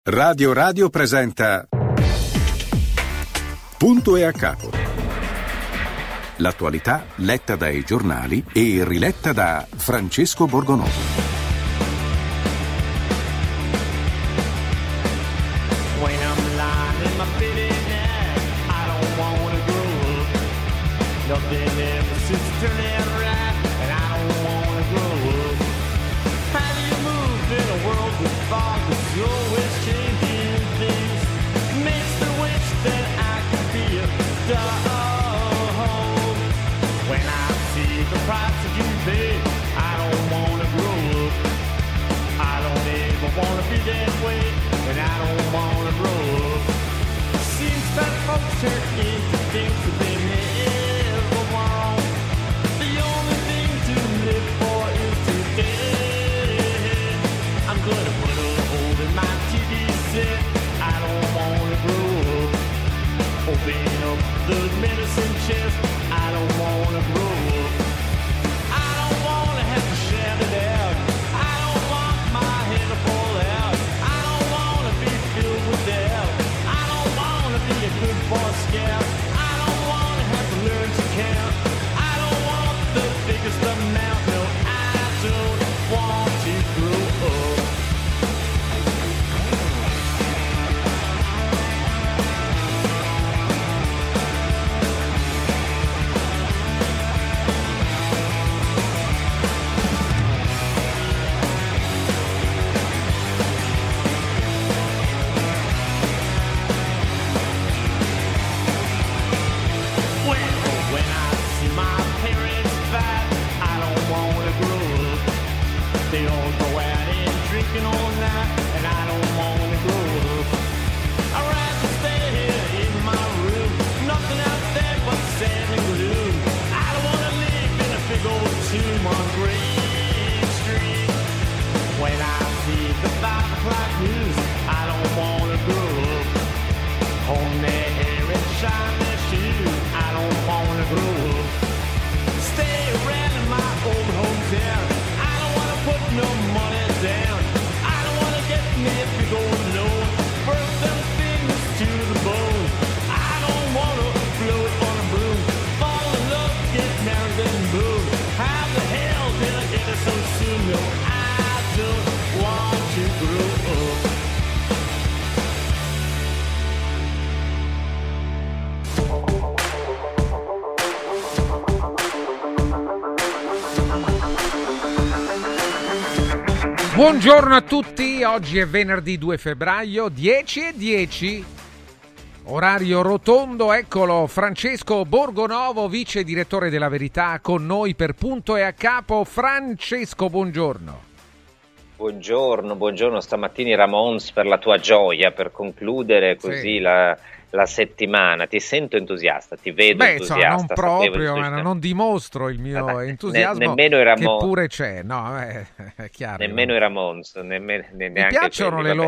Radio Radio presenta Punto e a capo. L'attualità letta dai giornali e riletta da Francesco Borgonovo. Buongiorno a tutti, oggi è venerdì 2 febbraio, 10:10, orario rotondo, eccolo Francesco Borgonovo, vice direttore della Verità, con noi per Punto e a capo. Francesco, buongiorno. Buongiorno, stamattina Ramons per la tua gioia, per concludere così sì. la settimana. Ti sento entusiasta, ti vedo entusiasta. Non proprio, ma non dimostro il mio entusiasmo, nemmeno i Ramons, che pure c'è, no, è chiaro. Nemmeno i Ramons, neanche mi piacciono le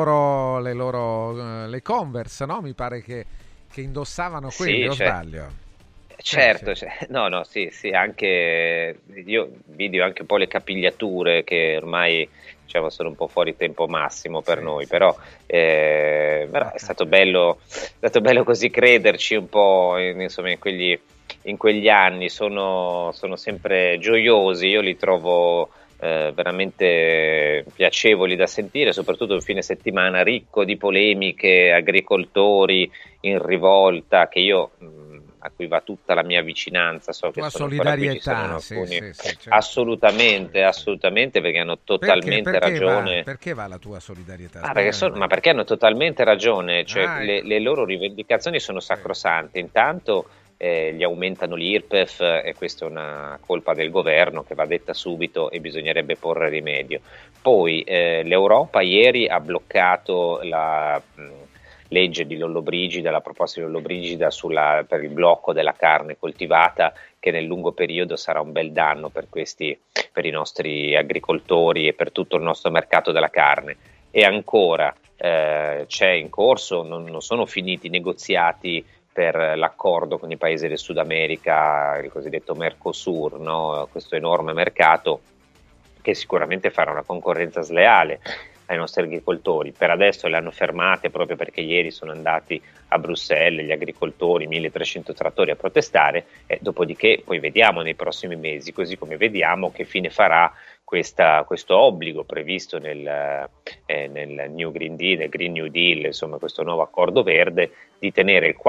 loro Converse, no? Mi pare che indossavano quelli, o sbaglio? Certo, sì. Sì, anche io vidi anche un po' le capigliature che ormai diciamo sono un po' fuori tempo massimo per noi, però è stato bello così crederci un po' in quegli anni, sono sempre gioiosi, io li trovo veramente piacevoli da sentire, soprattutto un fine settimana ricco di polemiche, agricoltori in rivolta, che io a cui va tutta la mia vicinanza, so che sono solidarietà, certo. Assolutamente, perché hanno totalmente ragione. Perché va la tua solidarietà? Perché hanno totalmente ragione, cioè le loro rivendicazioni sono sacrosante. Intanto gli aumentano l'IRPEF e questa è una colpa del governo che va detta subito e bisognerebbe porre rimedio. Poi l'Europa ieri ha bloccato la legge di Lollobrigida, la proposta di Lollobrigida per il blocco della carne coltivata, che nel lungo periodo sarà un bel danno per i nostri agricoltori e per tutto il nostro mercato della carne. E ancora c'è in corso, non sono finiti i negoziati per l'accordo con i paesi del Sud America, il cosiddetto Mercosur, no? Questo enorme mercato che sicuramente farà una concorrenza sleale ai nostri agricoltori. Per adesso le hanno fermate proprio perché ieri sono andati a Bruxelles gli agricoltori, 1300 trattori a protestare, e dopodiché poi vediamo nei prossimi mesi, così come vediamo che fine farà questo obbligo previsto nel New Green Deal, nel Green New Deal, insomma questo nuovo accordo verde, di tenere il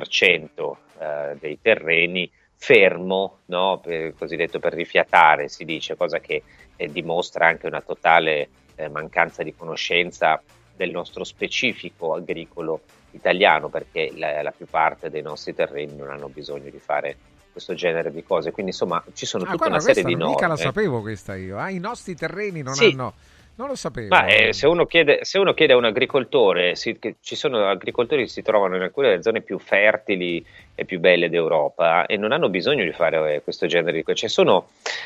4% dei terreni fermo, no? Cosiddetto per rifiatare, si dice, cosa che dimostra anche una totale mancanza di conoscenza del nostro specifico agricolo italiano, perché la più parte dei nostri terreni non hanno bisogno di fare questo genere di cose, quindi insomma ci sono tutta una serie di norme. Mica la sapevo questa io, i nostri terreni non sì. hanno, non lo sapevo. Ma se uno chiede a un agricoltore, ci sono agricoltori che si trovano in alcune delle zone più fertili e più belle d'Europa e non hanno bisogno di fare questo genere di cose, cioè sono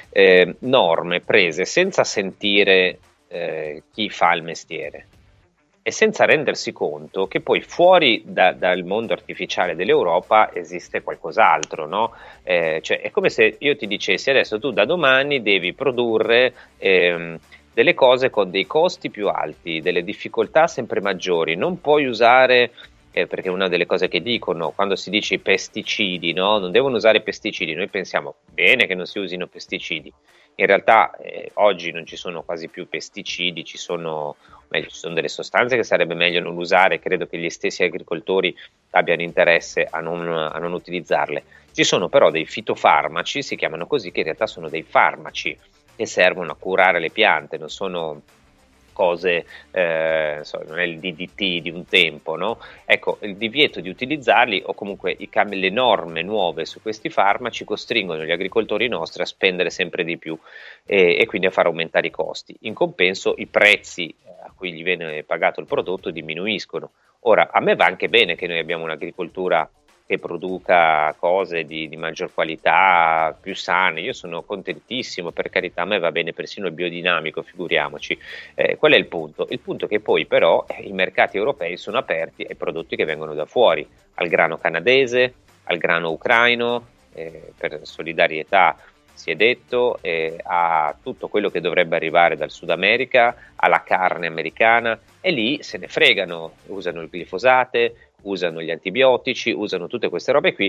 norme prese senza sentire chi fa il mestiere e senza rendersi conto che poi fuori dal mondo artificiale dell'Europa esiste qualcos'altro, no? Cioè è come se io ti dicessi adesso tu da domani devi produrre delle cose con dei costi più alti, delle difficoltà sempre maggiori, non puoi usare, perché una delle cose che dicono quando si dice i pesticidi, no? Non devono usare pesticidi, noi pensiamo bene che non si usino pesticidi. In realtà oggi non ci sono quasi più pesticidi, ci sono delle sostanze che sarebbe meglio non usare, credo che gli stessi agricoltori abbiano interesse a non utilizzarle. Ci sono però dei fitofarmaci, si chiamano così, che in realtà sono dei farmaci che servono a curare le piante, non sono cose, non è il DDT di un tempo, no? Ecco, il divieto di utilizzarli o comunque le norme nuove su questi farmaci costringono gli agricoltori nostri a spendere sempre di più e quindi a far aumentare i costi. In compenso i prezzi a cui gli viene pagato il prodotto diminuiscono. Ora, a me va anche bene che noi abbiamo un'agricoltura che produca cose di maggior qualità, più sane. Io sono contentissimo, per carità, a me va bene persino il biodinamico, figuriamoci. Qual è il punto? Il punto è che poi però i mercati europei sono aperti ai prodotti che vengono da fuori, al grano canadese, al grano ucraino, per solidarietà si è detto, a tutto quello che dovrebbe arrivare dal Sud America, alla carne americana, e lì se ne fregano, usano il glifosate, usano gli antibiotici, usano tutte queste robe qui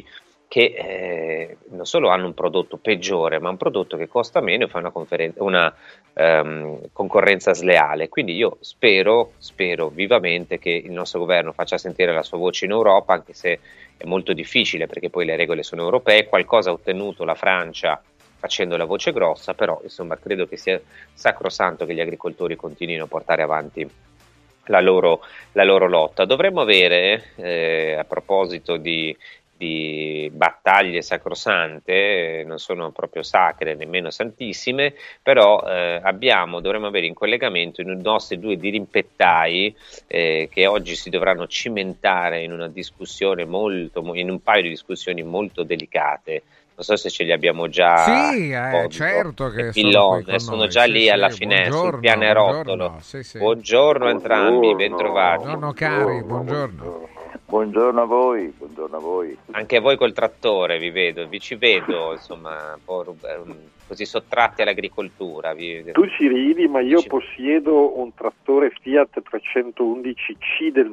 che non solo hanno un prodotto peggiore, ma un prodotto che costa meno e fa una concorrenza sleale. Quindi io spero vivamente che il nostro governo faccia sentire la sua voce in Europa, anche se è molto difficile perché poi le regole sono europee. Qualcosa ha ottenuto la Francia facendo la voce grossa, però insomma credo che sia sacrosanto che gli agricoltori continuino a portare avanti la loro lotta. Dovremmo avere, a proposito di battaglie sacrosante, non sono proprio sacre nemmeno santissime, però dovremmo avere in collegamento i nostri due dirimpettai che oggi si dovranno cimentare in una discussione in un paio di discussioni molto delicate. Non so se ce li abbiamo già. Sì, certo che sono già lì alla finestra, sul pianerottolo. Buongiorno a entrambi, bentrovati. Buongiorno cari, buongiorno. Buongiorno a voi, buongiorno a voi. Anche voi col trattore vi ci vedo, insomma, un po' così sottratti all'agricoltura. Tu ci ridi, ma io possiedo un trattore Fiat 311C del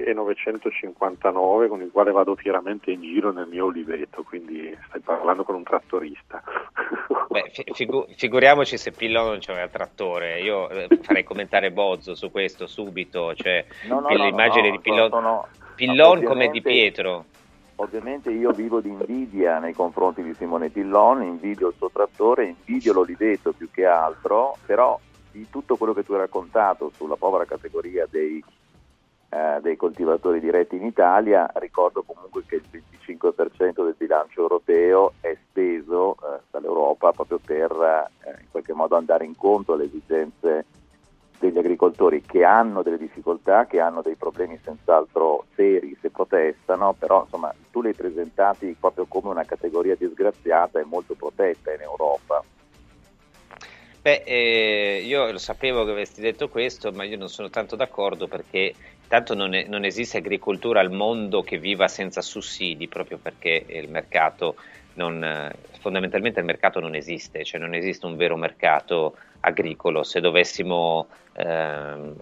1959 con il quale vado fieramente in giro nel mio oliveto, quindi stai parlando con un trattorista. Beh, figuriamoci se Pillon non c'aveva il trattore, io farei commentare Bozzo su questo subito, cioè l'immagine di Pillon come Di Pietro. Ovviamente io vivo di invidia nei confronti di Simone Pillon, invidio il suo trattore, invidio l'oliveto più che altro, però di tutto quello che tu hai raccontato sulla povera categoria dei coltivatori diretti in Italia, ricordo comunque che il 25% del bilancio europeo è speso dall'Europa proprio per in qualche modo andare incontro alle esigenze degli agricoltori che hanno delle difficoltà, che hanno dei problemi senz'altro seri se protestano, però insomma tu li hai presentati proprio come una categoria disgraziata e molto protetta in Europa. Io lo sapevo che avresti detto questo, ma io non sono tanto d'accordo perché tanto non esiste agricoltura al mondo che viva senza sussidi, proprio perché il mercato fondamentalmente il mercato non esiste, cioè non esiste un vero mercato agricolo. Se dovessimo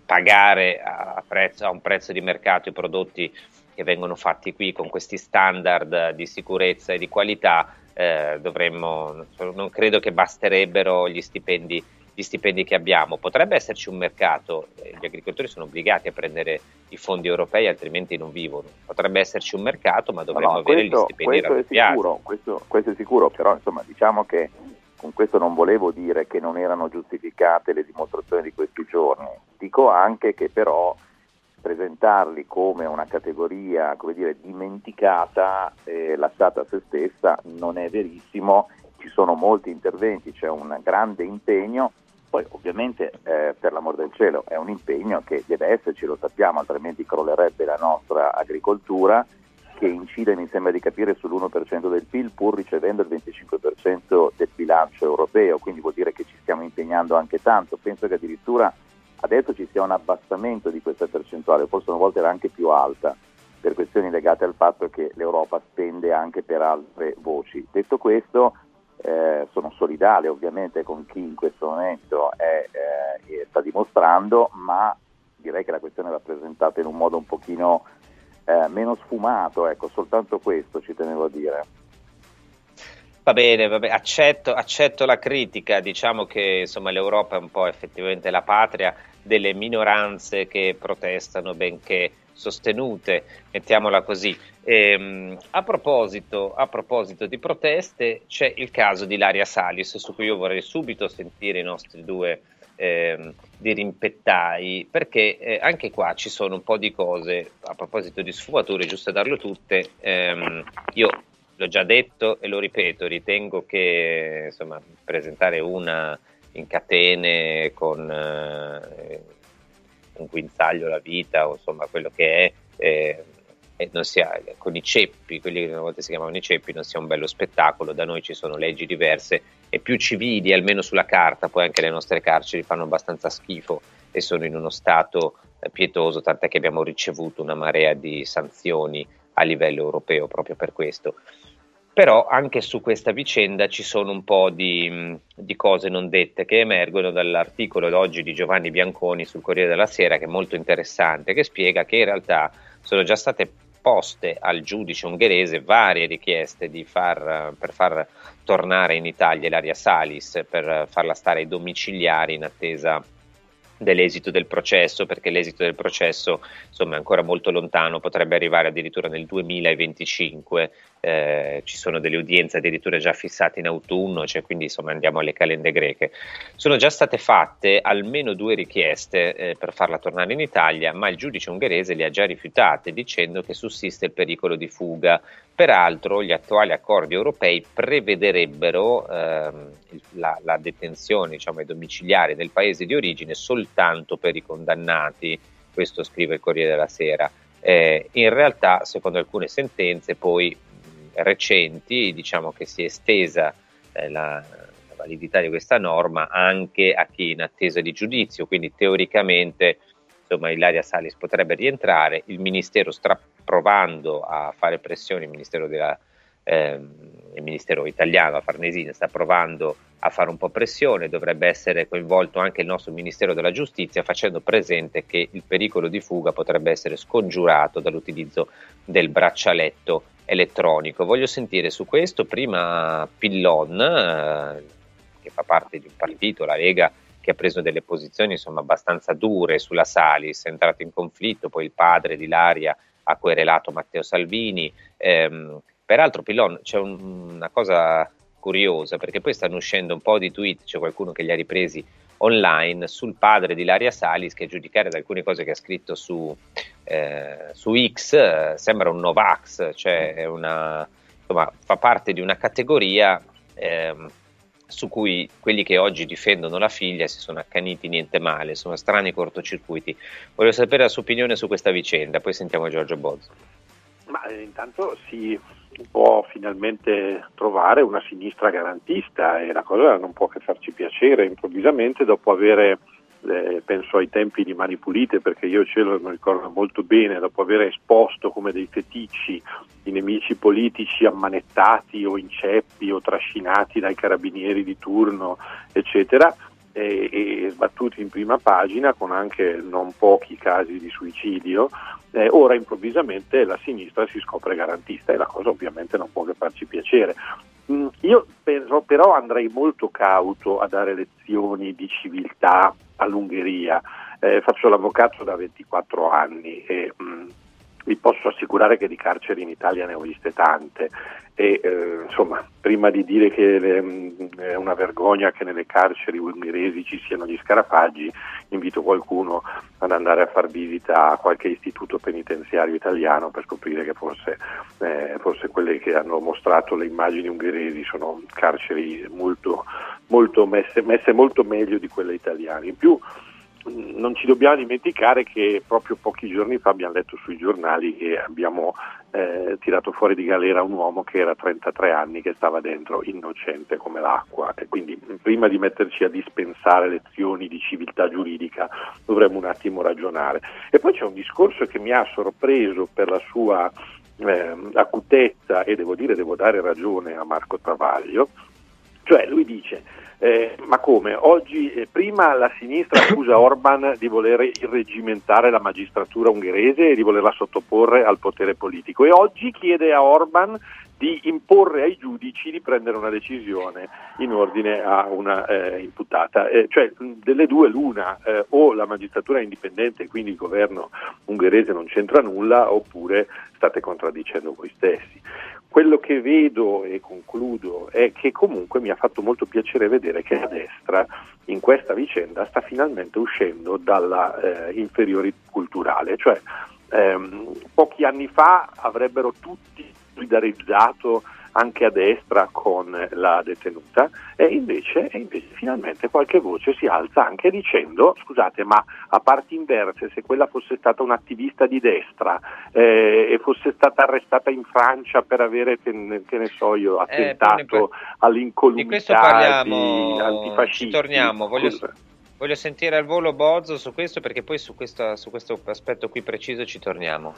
pagare a un prezzo di mercato i prodotti che vengono fatti qui con questi standard di sicurezza e di qualità, non credo che basterebbero gli stipendi che abbiamo. Potrebbe esserci un mercato, gli agricoltori sono obbligati a prendere i fondi europei, altrimenti non vivono. Potrebbe esserci un mercato, ma dovremmo avere gli stipendi raddoppiati. Questo è sicuro, però insomma diciamo che con questo non volevo dire che non erano giustificate le dimostrazioni di questi giorni. Dico anche che però presentarli come una categoria, come dire, dimenticata, lasciata a se stessa, non è verissimo. Ci sono molti interventi, c'è un grande impegno, poi ovviamente per l'amor del cielo è un impegno che deve esserci, lo sappiamo, altrimenti crollerebbe la nostra agricoltura, che incide, mi sembra di capire, sull'1% del PIL pur ricevendo il 25% del bilancio europeo, quindi vuol dire che ci stiamo impegnando anche tanto. Penso che addirittura adesso ci sia un abbassamento di questa percentuale, forse una volta era anche più alta, per questioni legate al fatto che l'Europa spende anche per altre voci. Detto questo, sono solidale ovviamente con chi in questo momento sta dimostrando, ma direi che la questione va presentata in un modo un pochino meno sfumato, ecco, soltanto questo ci tenevo a dire. Va bene, accetto la critica, diciamo che insomma l'Europa è un po' effettivamente la patria delle minoranze che protestano benché sostenute, mettiamola così. A proposito di proteste, c'è il caso di Ilaria Salis, su cui io vorrei subito sentire i nostri due dirimpettai, perché anche qua ci sono un po' di cose. A proposito di sfumature, giusto a darlo tutte, io l'ho già detto e lo ripeto, ritengo che insomma presentare una in catene con un guinzaglio alla vita, o insomma quello che è non sia, con i ceppi, quelli che una volta si chiamavano i ceppi, non sia un bello spettacolo. Da noi ci sono leggi diverse e più civili, almeno sulla carta. Poi anche le nostre carceri fanno abbastanza schifo e sono in uno stato pietoso, tant'è che abbiamo ricevuto una marea di sanzioni a livello europeo proprio per questo. Però anche su questa vicenda ci sono un po' di cose non dette che emergono dall'articolo d'oggi di Giovanni Bianconi sul Corriere della Sera, che è molto interessante, che spiega che in realtà sono già state poste al giudice ungherese varie richieste per far tornare in Italia Ilaria Salis, per farla stare ai domiciliari in attesa dell'esito del processo, perché l'esito del processo insomma è ancora molto lontano, potrebbe arrivare addirittura nel 2025, ci sono delle udienze addirittura già fissate in autunno, cioè quindi insomma andiamo alle calende greche. Sono già state fatte almeno 2 richieste per farla tornare in Italia, ma il giudice ungherese le ha già rifiutate, dicendo che sussiste il pericolo di fuga. Peraltro gli attuali accordi europei prevederebbero la detenzione, diciamo, ai domiciliari del paese di origine soltanto per i condannati, questo scrive il Corriere della Sera. In realtà, secondo alcune sentenze poi recenti, diciamo che si è estesa la validità di questa norma anche a chi è in attesa di giudizio, quindi teoricamente insomma Ilaria Salis potrebbe rientrare. Il Ministero sta provando a fare pressione, il Ministero italiano, a Farnesina, sta provando a fare un po' pressione, dovrebbe essere coinvolto anche il nostro Ministero della Giustizia, facendo presente che il pericolo di fuga potrebbe essere scongiurato dall'utilizzo del braccialetto elettronico. Voglio sentire su questo prima Pillon, che fa parte di un partito, la Lega, che ha preso delle posizioni insomma abbastanza dure sulla Salis, è entrato in conflitto, poi il padre di Ilaria ha querelato Matteo Salvini. Peraltro Pillon, c'è una cosa curiosa, perché poi stanno uscendo un po' di tweet, c'è qualcuno che li ha ripresi online, sul padre di Ilaria Salis, che a giudicare da alcune cose che ha scritto su X sembra un Novax, cioè insomma, fa parte di una categoria su cui quelli che oggi difendono la figlia si sono accaniti niente male, sono strani cortocircuiti. Voglio sapere la sua opinione su questa vicenda, poi sentiamo Giorgio Bozzo. Ma intanto si può finalmente trovare una sinistra garantista e la cosa non può che farci piacere improvvisamente, dopo avere, penso ai tempi di Mani Pulite, perché io ce lo ricordo molto bene, dopo aver esposto come dei feticci i nemici politici ammanettati o in ceppi o trascinati dai carabinieri di turno, eccetera, e sbattuti in prima pagina, con anche non pochi casi di suicidio. Ora improvvisamente la sinistra si scopre garantista, e la cosa ovviamente non può che farci piacere. Io penso, però, andrei molto cauto a dare lezioni di civiltà all'Ungheria. Faccio l'avvocato da 24 anni e vi posso assicurare che di carceri in Italia ne ho viste tante, e insomma, prima di dire che è una vergogna che nelle carceri ungheresi ci siano gli scarafaggi, invito qualcuno ad andare a far visita a qualche istituto penitenziario italiano per scoprire che forse quelle che hanno mostrato le immagini ungheresi sono carceri molto messe molto meglio di quelle italiane. In più, non ci dobbiamo dimenticare che proprio pochi giorni fa abbiamo letto sui giornali che abbiamo tirato fuori di galera un uomo che era 33 anni, che stava dentro innocente come l'acqua, e quindi prima di metterci a dispensare lezioni di civiltà giuridica dovremmo un attimo ragionare. E poi c'è un discorso che mi ha sorpreso per la sua acutezza, e devo dare ragione a Marco Travaglio. Cioè, lui dice: ma come? Oggi prima la sinistra accusa Orban di voler irreggimentare la magistratura ungherese e di volerla sottoporre al potere politico, e oggi chiede a Orban di imporre ai giudici di prendere una decisione in ordine a una imputata. Cioè, delle due l'una, o la magistratura è indipendente e quindi il governo ungherese non c'entra nulla, oppure state contraddicendo voi stessi. Quello che vedo, e concludo, è che comunque mi ha fatto molto piacere vedere che la destra in questa vicenda sta finalmente uscendo dalla inferiorità culturale. Cioè, pochi anni fa avrebbero tutti solidarizzato anche a destra con la detenuta, e invece finalmente qualche voce si alza anche dicendo: scusate, ma a parti inverse, se quella fosse stata un'attivista di destra e fosse stata arrestata in Francia per avere, che ne so io, attentato all'incolumità di antifascisti, ci torniamo. Voglio sentire al volo Bozzo su questo, perché poi su questo aspetto qui preciso ci torniamo.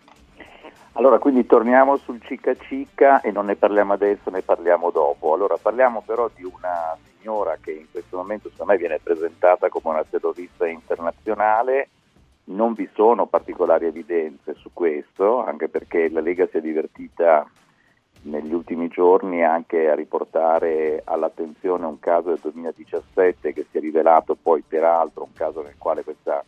Allora, quindi torniamo sul Cica Cica, e non ne parliamo adesso, ne parliamo dopo. Allora, parliamo però di una signora che in questo momento secondo me viene presentata come una terrorista internazionale. Non vi sono particolari evidenze su questo, anche perché la Lega si è divertita negli ultimi giorni anche a riportare all'attenzione un caso del 2017 che si è rivelato poi peraltro un caso nel quale questa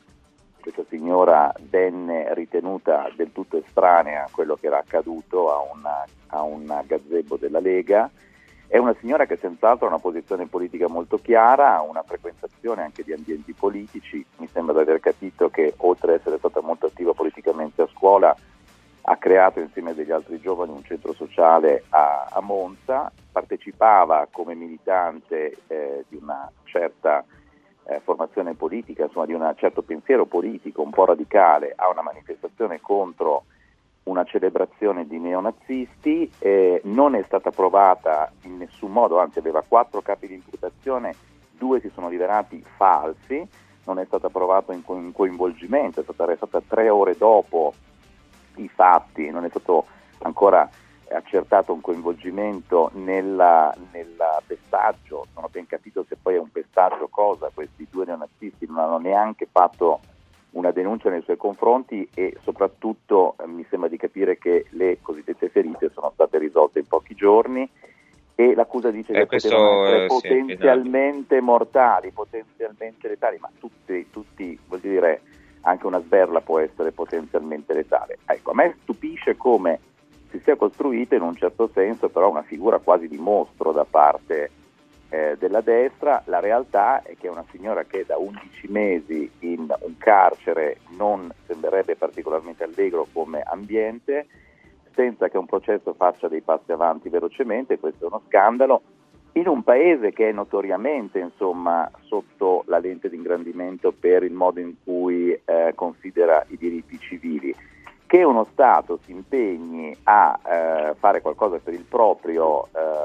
signora venne ritenuta del tutto estranea a quello che era accaduto a un gazebo della Lega. È una signora che senz'altro ha una posizione politica molto chiara, ha una frequentazione anche di ambienti politici. Mi sembra di aver capito che, oltre ad essere stata molto attiva politicamente a scuola, ha creato insieme a degli altri giovani un centro sociale a Monza, partecipava come militante di una certa formazione politica, insomma di un certo pensiero politico un po' radicale, a una manifestazione contro una celebrazione di neonazisti. Non è stata provata in nessun modo, anzi aveva 4 capi di imputazione, 2 si sono rivelati falsi, non è stata provata in coinvolgimento, è stata arrestata 3 ore dopo i fatti, non è stato ancora accertato un coinvolgimento nel pestaggio. Non ho ben capito se poi è un pestaggio cosa. Questi 2 neonazisti non hanno neanche fatto una denuncia nei suoi confronti, e soprattutto mi sembra di capire che le cosiddette ferite sono state risolte in pochi giorni, e l'accusa dice che potevano essere potenzialmente mortali, potenzialmente letali, ma tutti, voglio dire, anche una sberla può essere potenzialmente letale. Ecco, a me stupisce come si sia costruita in un certo senso però una figura quasi di mostro da parte della destra. La realtà è che è una signora che da 11 mesi in un carcere non sembrerebbe particolarmente allegro come ambiente, senza che un processo faccia dei passi avanti velocemente. Questo è uno scandalo in un paese che è notoriamente, insomma, sotto la lente di ingrandimento per il modo in cui considera i diritti civili. Che uno Stato si impegni a fare qualcosa per il proprio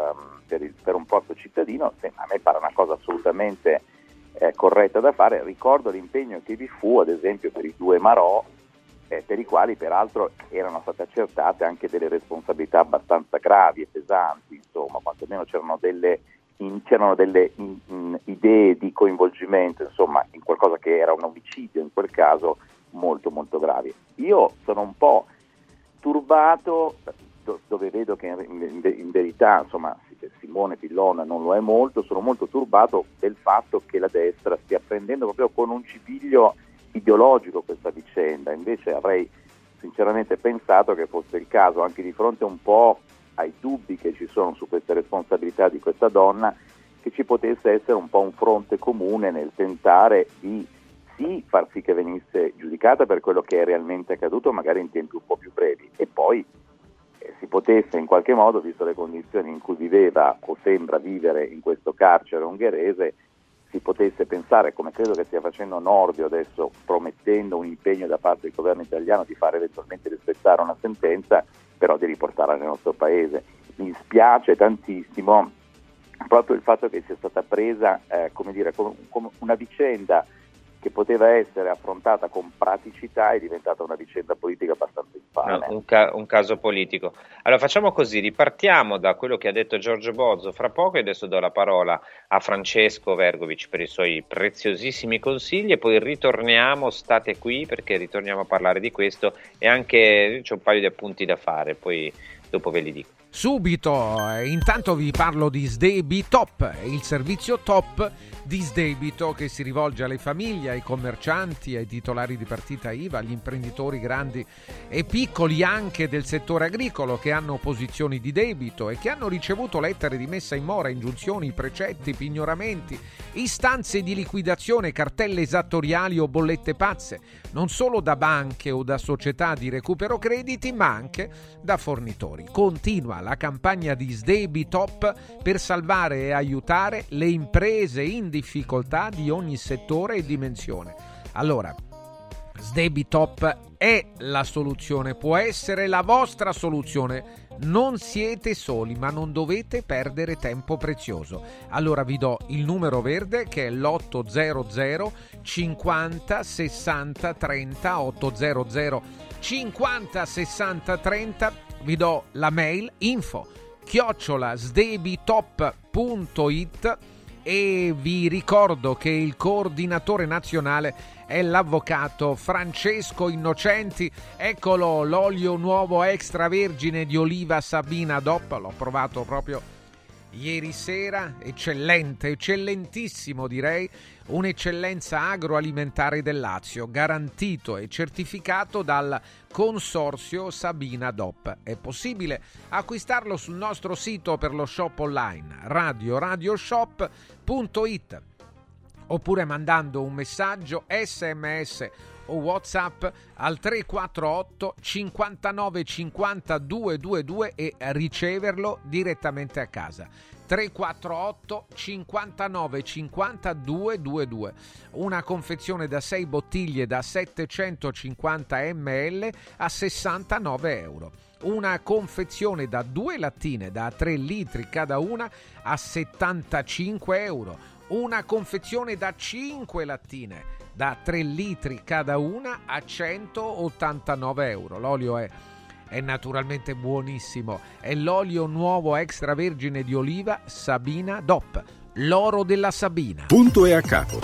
per un proprio cittadino, a me pare una cosa assolutamente corretta da fare. Ricordo l'impegno che vi fu, ad esempio, per i 2 Marò, per i quali peraltro erano state accertate anche delle responsabilità abbastanza gravi e pesanti, insomma, quantomeno c'erano delle c'erano delle idee di coinvolgimento, insomma, in qualcosa che era un omicidio in quel caso, molto molto gravi. Io sono un po' turbato, dove vedo che in verità, insomma, Simone Pillon non lo è molto, sono molto turbato del fatto che la destra stia prendendo proprio con un cipiglio ideologico questa vicenda. Invece avrei sinceramente pensato che fosse il caso, anche di fronte un po' ai dubbi che ci sono su queste responsabilità di questa donna, che ci potesse essere un po' un fronte comune nel tentare di far sì che venisse giudicata per quello che è realmente accaduto, magari in tempi un po' più brevi, e poi si potesse in qualche modo, visto le condizioni in cui viveva o sembra vivere in questo carcere ungherese, si potesse pensare, come credo che stia facendo Nordio adesso, promettendo un impegno da parte del governo italiano di fare eventualmente rispettare una sentenza, però di riportarla nel nostro paese. Mi spiace tantissimo proprio il fatto che sia stata presa come una vicenda che poteva essere affrontata con praticità, è diventata una vicenda politica abbastanza infame. Un caso politico. Allora facciamo così, ripartiamo da quello che ha detto Giorgio Bozzo fra poco, e adesso do la parola a Francesco Vergovic per i suoi preziosissimi consigli, e poi ritorniamo, state qui perché ritorniamo a parlare di questo, e anche c'è un paio di appunti da fare, poi dopo ve li dico. Subito, intanto vi parlo di Sdebitop, il servizio top di Sdebito che si rivolge alle famiglie, ai commercianti, ai titolari di partita IVA, agli imprenditori grandi e piccoli anche del settore agricolo che hanno posizioni di debito e che hanno ricevuto lettere di messa in mora, ingiunzioni, precetti, pignoramenti, istanze di liquidazione, cartelle esattoriali o bollette pazze, non solo da banche o da società di recupero crediti, ma anche da fornitori. Continua la campagna di Sdebitop per salvare e aiutare le imprese in difficoltà di ogni settore e dimensione. Allora, Sdebitop è la soluzione, può essere la vostra soluzione. Non siete soli, ma non dovete perdere tempo prezioso. Allora vi do il numero verde, che è l'800 50 60 30, 800 50 60 30. Vi do la mail info@sdebitop.it e vi ricordo che il coordinatore nazionale è l'avvocato Francesco Innocenti. Eccolo, l'olio nuovo extravergine di oliva Sabina DOP, l'ho provato proprio ieri sera, eccellente, eccellentissimo direi, un'eccellenza agroalimentare del Lazio, garantito e certificato dal consorzio Sabina DOP. È possibile acquistarlo sul nostro sito per lo shop online radioshop.it, oppure mandando un messaggio SMS o WhatsApp al 348 59 50 222 e riceverlo direttamente a casa. 348 59 50 222. Una confezione da 6 bottiglie da 750 ml a 69 euro. Una confezione da 2 lattine da 3 litri cada una a 75 euro. Una confezione da 5 lattine da 3 litri cada una a 189 euro. L'olio è naturalmente buonissimo, è l'olio nuovo extravergine di oliva Sabina DOP, l'oro della Sabina. Punto e a capo.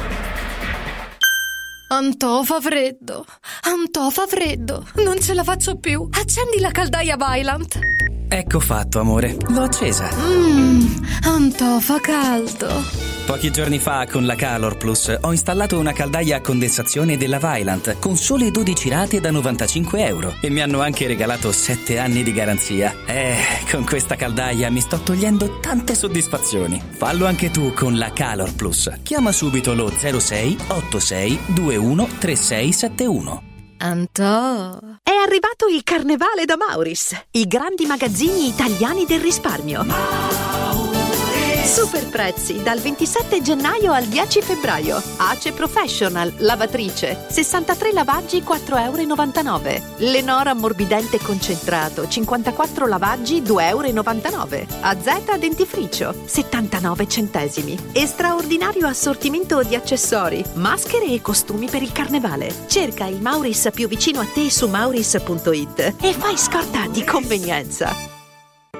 Antò fa freddo, non ce la faccio più. Accendi la caldaia Vaillant. Ecco fatto, amore, l'ho accesa. Antò fa caldo. Pochi giorni fa con la Calor Plus ho installato una caldaia a condensazione della Vaillant con sole 12 rate da 95 euro e mi hanno anche regalato 7 anni di garanzia. Con questa caldaia mi sto togliendo tante soddisfazioni. Fallo anche tu con la Calor Plus. Chiama subito lo 06 86 21 3671. Antò. È arrivato il Carnevale da Mauris, i grandi magazzini italiani del risparmio. Super prezzi dal 27 gennaio al 10 febbraio. Ace Professional, lavatrice, 63 lavaggi, 4,99 €. Lenora ammorbidente concentrato, 54 lavaggi, 2,99 €. AZ dentifricio, 79 centesimi. E straordinario assortimento di accessori, maschere e costumi per il carnevale. Cerca il Mauris più vicino a te su mauris.it e fai scorta di convenienza.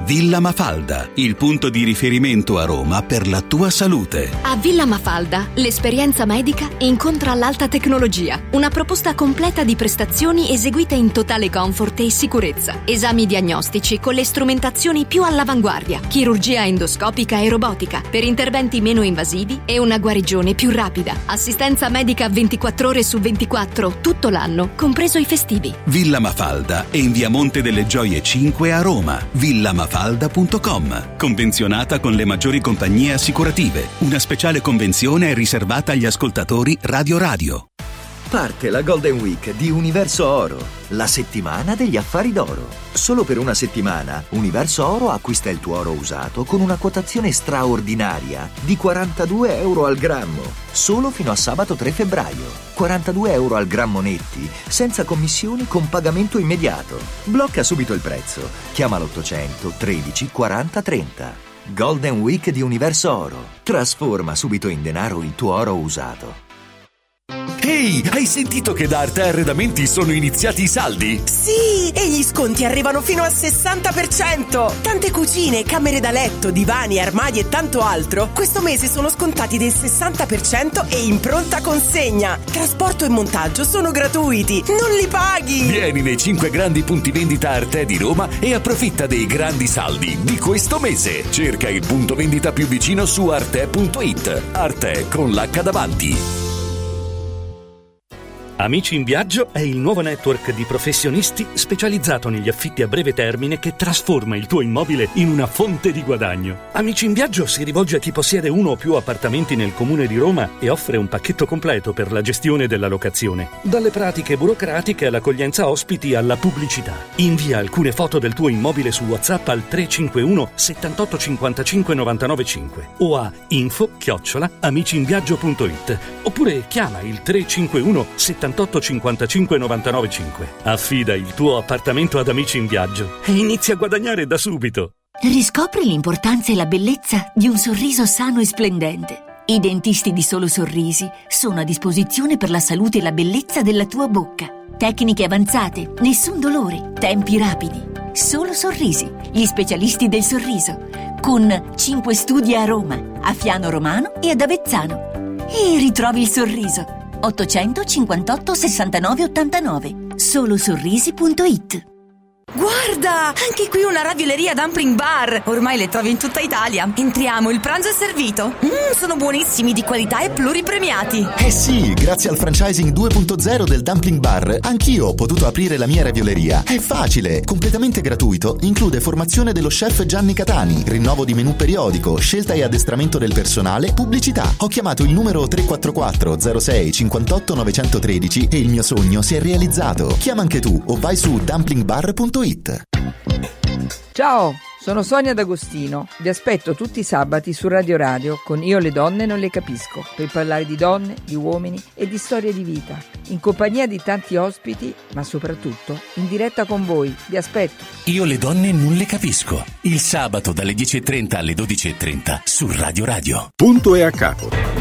Villa Mafalda, il punto di riferimento a Roma per la tua salute. A Villa Mafalda l'esperienza medica incontra l'alta tecnologia. Una proposta completa di prestazioni eseguite in totale comfort e sicurezza. Esami diagnostici con le strumentazioni più all'avanguardia. Chirurgia endoscopica e robotica per interventi meno invasivi e una guarigione più rapida. Assistenza medica 24 ore su 24 tutto l'anno, compreso i festivi. Villa Mafalda è in via Monte delle Gioie 5 a Roma. villamafalda.com. Convenzionata con le maggiori compagnie assicurative. Una speciale convenzione è riservata agli ascoltatori Radio. Parte la Golden Week di Universo Oro, la settimana degli affari d'oro. Solo per una settimana Universo Oro acquista il tuo oro usato con una quotazione straordinaria di 42 euro al grammo, solo fino a sabato 3 febbraio. 42 euro al grammo netti, senza commissioni, con pagamento immediato. Blocca subito il prezzo. Chiama l'800 13 40 30. Golden Week di Universo Oro. Trasforma subito in denaro il tuo oro usato. Ehi, hai sentito che da Arte Arredamenti sono iniziati i saldi? Sì, e gli sconti arrivano fino al 60%. Tante cucine, camere da letto, divani, armadi e tanto altro questo mese sono scontati del 60% e in pronta consegna. Trasporto e montaggio sono gratuiti, non li paghi! Vieni nei 5 grandi punti vendita Arte di Roma e approfitta dei grandi saldi di questo mese. Cerca il punto vendita più vicino su arte.it. Arte con l'H davanti. Amici in Viaggio è il nuovo network di professionisti specializzato negli affitti a breve termine che trasforma il tuo immobile in una fonte di guadagno. Amici in Viaggio si rivolge a chi possiede uno o più appartamenti nel comune di Roma e offre un pacchetto completo per la gestione della locazione. Dalle pratiche burocratiche all'accoglienza ospiti alla pubblicità. Invia alcune foto del tuo immobile su WhatsApp al 351 78 55 995 o a info@amiciinviaggio.it oppure chiama il 351 78 55 995. Affida il tuo appartamento ad Amici in Viaggio e inizia a guadagnare da subito. Riscopri l'importanza e la bellezza di un sorriso sano e splendente. I dentisti di Solo Sorrisi sono a disposizione per la salute e la bellezza della tua bocca. Tecniche avanzate, nessun dolore, tempi rapidi. Solo Sorrisi, gli specialisti del sorriso, con 5 studi a Roma, a Fiano Romano e ad Avezzano. E ritrovi il sorriso. 858 69 89. Solosorrisi.it. Guarda, anche qui una ravioleria Dumpling Bar. Ormai le trovi in tutta Italia. Entriamo, il pranzo è servito. Sono buonissimi, di qualità e pluripremiati. Eh sì, grazie al franchising 2.0 del Dumpling Bar, anch'io ho potuto aprire la mia ravioleria. È facile, completamente gratuito, include formazione dello chef Gianni Catani, rinnovo di menù periodico, scelta e addestramento del personale, pubblicità. Ho chiamato il numero 344 06 58 913 e il mio sogno si è realizzato. Chiama anche tu o vai su dumplingbar.it. Ciao, sono Sonia D'Agostino. Vi aspetto tutti i sabati su Radio Radio con Io le donne non le capisco, per parlare di donne, di uomini e di storie di vita, in compagnia di tanti ospiti, ma soprattutto in diretta con voi. Vi aspetto. Io le donne non le capisco. Il sabato dalle 10.30 alle 12.30 su Radio Radio. Punto e a capo.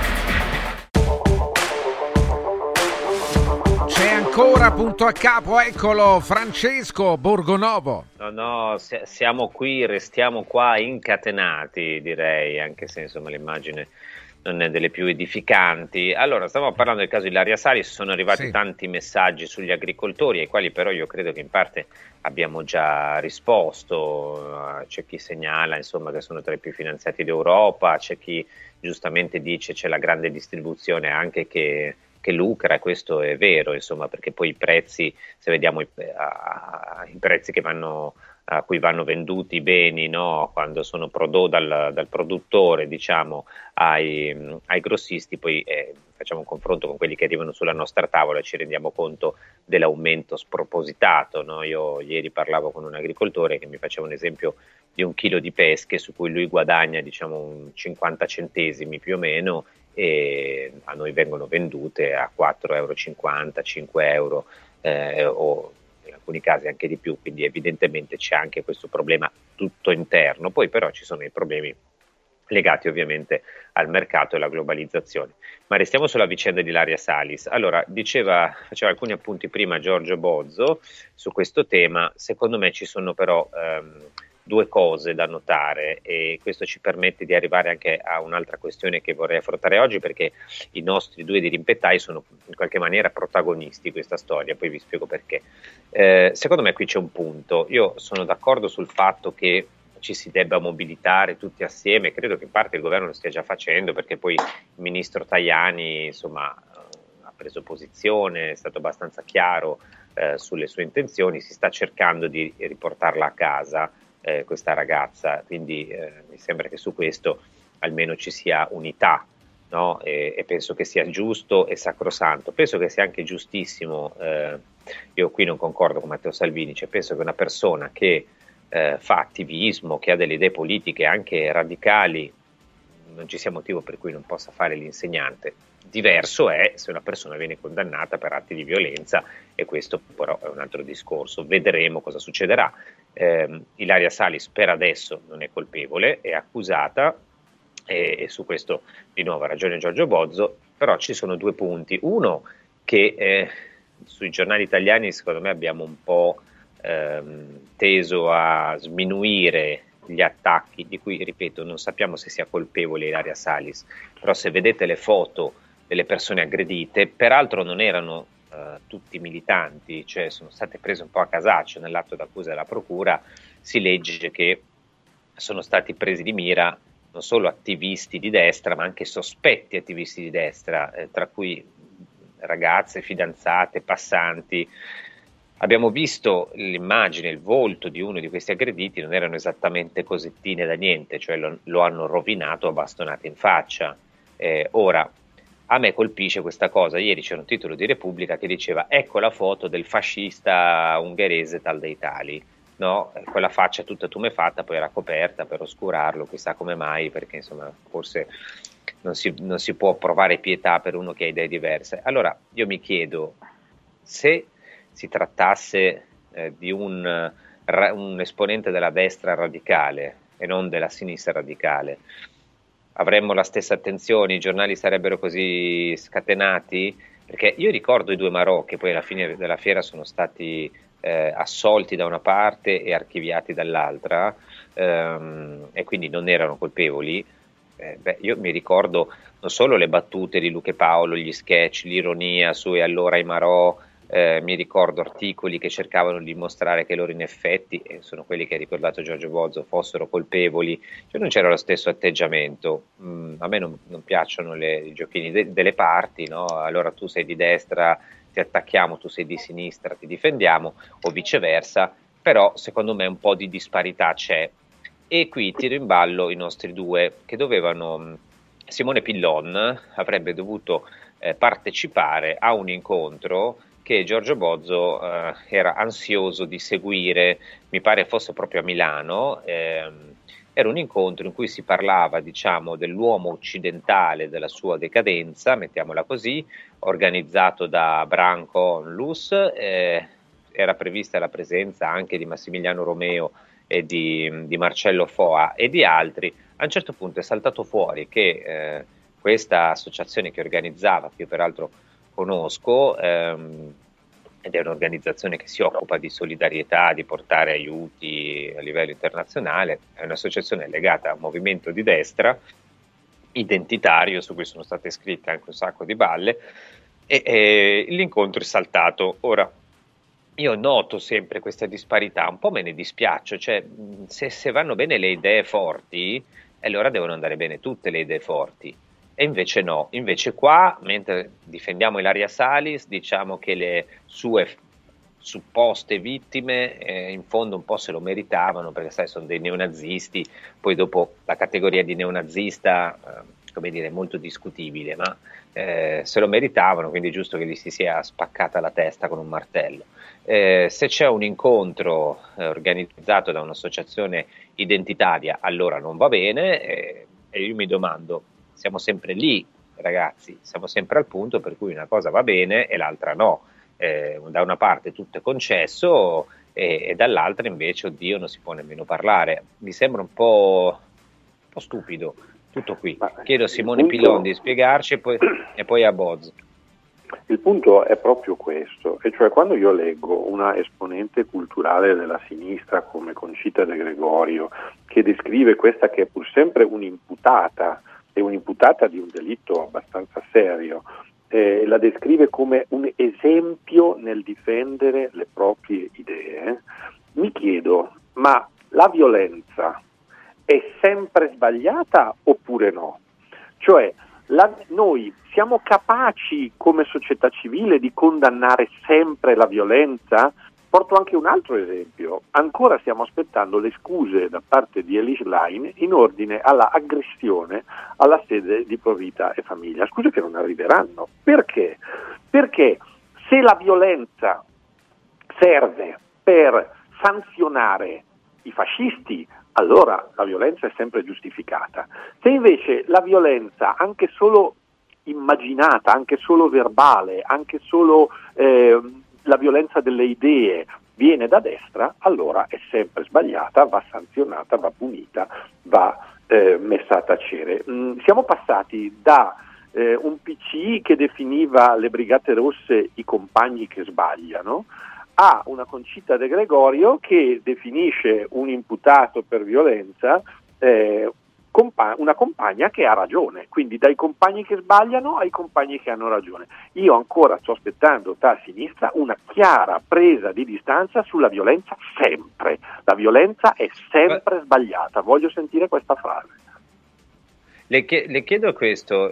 Ancora punto a capo, eccolo Francesco Borgonovo. No, siamo qui, restiamo qua incatenati, direi, anche se insomma l'immagine non è delle più edificanti. Allora, stavamo parlando del caso di Ilaria Salis, sono arrivati tanti messaggi sugli agricoltori, ai quali però io credo che in parte abbiamo già risposto. C'è chi segnala insomma che sono tra i più finanziati d'Europa, c'è chi giustamente dice c'è la grande distribuzione anche che lucra, e questo è vero, insomma, perché poi i prezzi, se vediamo i prezzi che a cui vanno venduti i beni, no? Quando sono dal produttore, diciamo, ai grossisti, poi facciamo un confronto con quelli che arrivano sulla nostra tavola e ci rendiamo conto dell'aumento spropositato, no? Io ieri parlavo con un agricoltore che mi faceva un esempio di 1 chilo di pesche su cui lui guadagna, diciamo, 50 centesimi più o meno, e a noi vengono vendute a 4,50 euro, 5 euro o in alcuni casi anche di più, quindi evidentemente c'è anche questo problema tutto interno. Poi però ci sono i problemi legati ovviamente al mercato e alla globalizzazione. Ma restiamo sulla vicenda di Ilaria Salis. Allora, faceva alcuni appunti prima Giorgio Bozzo su questo tema. Secondo me ci sono però due cose da notare, e questo ci permette di arrivare anche a un'altra questione che vorrei affrontare oggi, perché i nostri due dirimpettai sono in qualche maniera protagonisti di questa storia, poi vi spiego perché. Secondo me qui c'è un punto. Io sono d'accordo sul fatto che ci si debba mobilitare tutti assieme, credo che in parte il governo lo stia già facendo, perché poi il ministro Tajani insomma ha preso posizione, è stato abbastanza chiaro sulle sue intenzioni, si sta cercando di riportarla a casa questa ragazza, quindi mi sembra che su questo almeno ci sia unità, no? E penso che sia giusto e sacrosanto. Penso che sia anche giustissimo, io qui non concordo con Matteo Salvini, cioè penso che una persona che fa attivismo, che ha delle idee politiche anche radicali, non ci sia motivo per cui non possa fare l'insegnante. Diverso è se una persona viene condannata per atti di violenza, e questo però è un altro discorso, vedremo cosa succederà. Ilaria Salis per adesso non è colpevole, è accusata, e su questo di nuovo ha ragione Giorgio Bozzo, però ci sono due punti. Uno, che sui giornali italiani secondo me abbiamo un po' teso a sminuire gli attacchi, di cui ripeto non sappiamo se sia colpevole Ilaria Salis, però se vedete le foto delle persone aggredite, peraltro non erano tutti militanti, cioè sono state prese un po' a casaccio nell'atto d'accusa della procura, si legge che sono stati presi di mira non solo attivisti di destra ma anche sospetti attivisti di destra, tra cui ragazze, fidanzate, passanti. Abbiamo visto l'immagine, il volto di uno di questi aggrediti, non erano esattamente cosettine da niente, cioè lo hanno rovinato a bastonate in faccia. Ora, a me colpisce questa cosa. Ieri c'era un titolo di Repubblica che diceva: ecco la foto del fascista ungherese tal dei tali, no? Quella faccia tutta tumefatta, poi era coperta per oscurarlo, chissà come mai, perché insomma forse non si può provare pietà per uno che ha idee diverse. Allora io mi chiedo, se si trattasse di un esponente della destra radicale e non della sinistra radicale, avremmo la stessa attenzione? I giornali sarebbero così scatenati? Perché io ricordo i due Marò che poi alla fine della fiera sono stati assolti da una parte e archiviati dall'altra, e quindi non erano colpevoli. Io mi ricordo non solo le battute di Luca e Paolo, gli sketch, l'ironia su "e allora i Marò", mi ricordo articoli che cercavano di dimostrare che loro in effetti, e sono quelli che ha ricordato Giorgio Bozzo, fossero colpevoli, cioè non c'era lo stesso atteggiamento. A me non piacciono i giochini delle parti, no? Allora tu sei di destra, ti attacchiamo, tu sei di sinistra, ti difendiamo, o viceversa, però secondo me un po' di disparità c'è, e qui tiro in ballo i nostri due che dovevano. Simone Pillon avrebbe dovuto partecipare a un incontro che Giorgio Bozzo era ansioso di seguire, mi pare fosse proprio a Milano. Era un incontro in cui si parlava, diciamo, dell'uomo occidentale, della sua decadenza, mettiamola così, organizzato da Branco Onlus. Era prevista la presenza anche di Massimiliano Romeo e di Marcello Foa e di altri. A un certo punto è saltato fuori che questa associazione che organizzava, che io peraltro conosco, ed è un'organizzazione che si occupa di solidarietà, di portare aiuti a livello internazionale, è un'associazione legata a un movimento di destra identitario su cui sono state scritte anche un sacco di balle, e l'incontro è saltato. Ora, io noto sempre questa disparità, un po' me ne dispiaccio, cioè se vanno bene le idee forti, allora devono andare bene tutte le idee forti. E invece no, invece qua, mentre difendiamo Ilaria Salis, diciamo che le sue supposte vittime in fondo un po' se lo meritavano, perché sai, sono dei neonazisti, poi dopo la categoria di neonazista, come dire, è molto discutibile, ma se lo meritavano, quindi è giusto che gli si sia spaccata la testa con un martello. Se c'è un incontro organizzato da un'associazione identitaria, allora non va bene, e io mi domando, siamo sempre lì, ragazzi, siamo sempre al punto per cui una cosa va bene e l'altra no. Da una parte tutto è concesso e dall'altra invece, oddio, non si può nemmeno parlare. Mi sembra un po' stupido tutto qui. Chiedo a Simone Pillon di spiegarci e poi a Bozzo. Il punto è proprio questo, e cioè quando io leggo una esponente culturale della sinistra come Concita De Gregorio, che descrive questa che è pur sempre un'imputata, e un'imputata di un delitto abbastanza serio, la descrive come un esempio nel difendere le proprie idee, mi chiedo, ma la violenza è sempre sbagliata oppure no? Cioè, noi siamo capaci come società civile di condannare sempre la violenza? Porto anche un altro esempio. Ancora stiamo aspettando le scuse da parte di Elise Line in ordine alla aggressione alla sede di Pro Vita e Famiglia. Scuse che non arriveranno. Perché? Perché se la violenza serve per sanzionare i fascisti, allora la violenza è sempre giustificata. Se invece la violenza, anche solo immaginata, anche solo verbale, anche solo la violenza delle idee viene da destra, allora è sempre sbagliata, va sanzionata, va punita, va messa a tacere. Siamo passati da un PC che definiva le Brigate Rosse i compagni che sbagliano, a una Concita De Gregorio che definisce un imputato per violenza una compagna che ha ragione, quindi dai compagni che sbagliano ai compagni che hanno ragione. Io ancora sto aspettando da sinistra una chiara presa di distanza sulla violenza sempre. La violenza è sempre sbagliata. Voglio sentire questa frase. Le chiedo questo,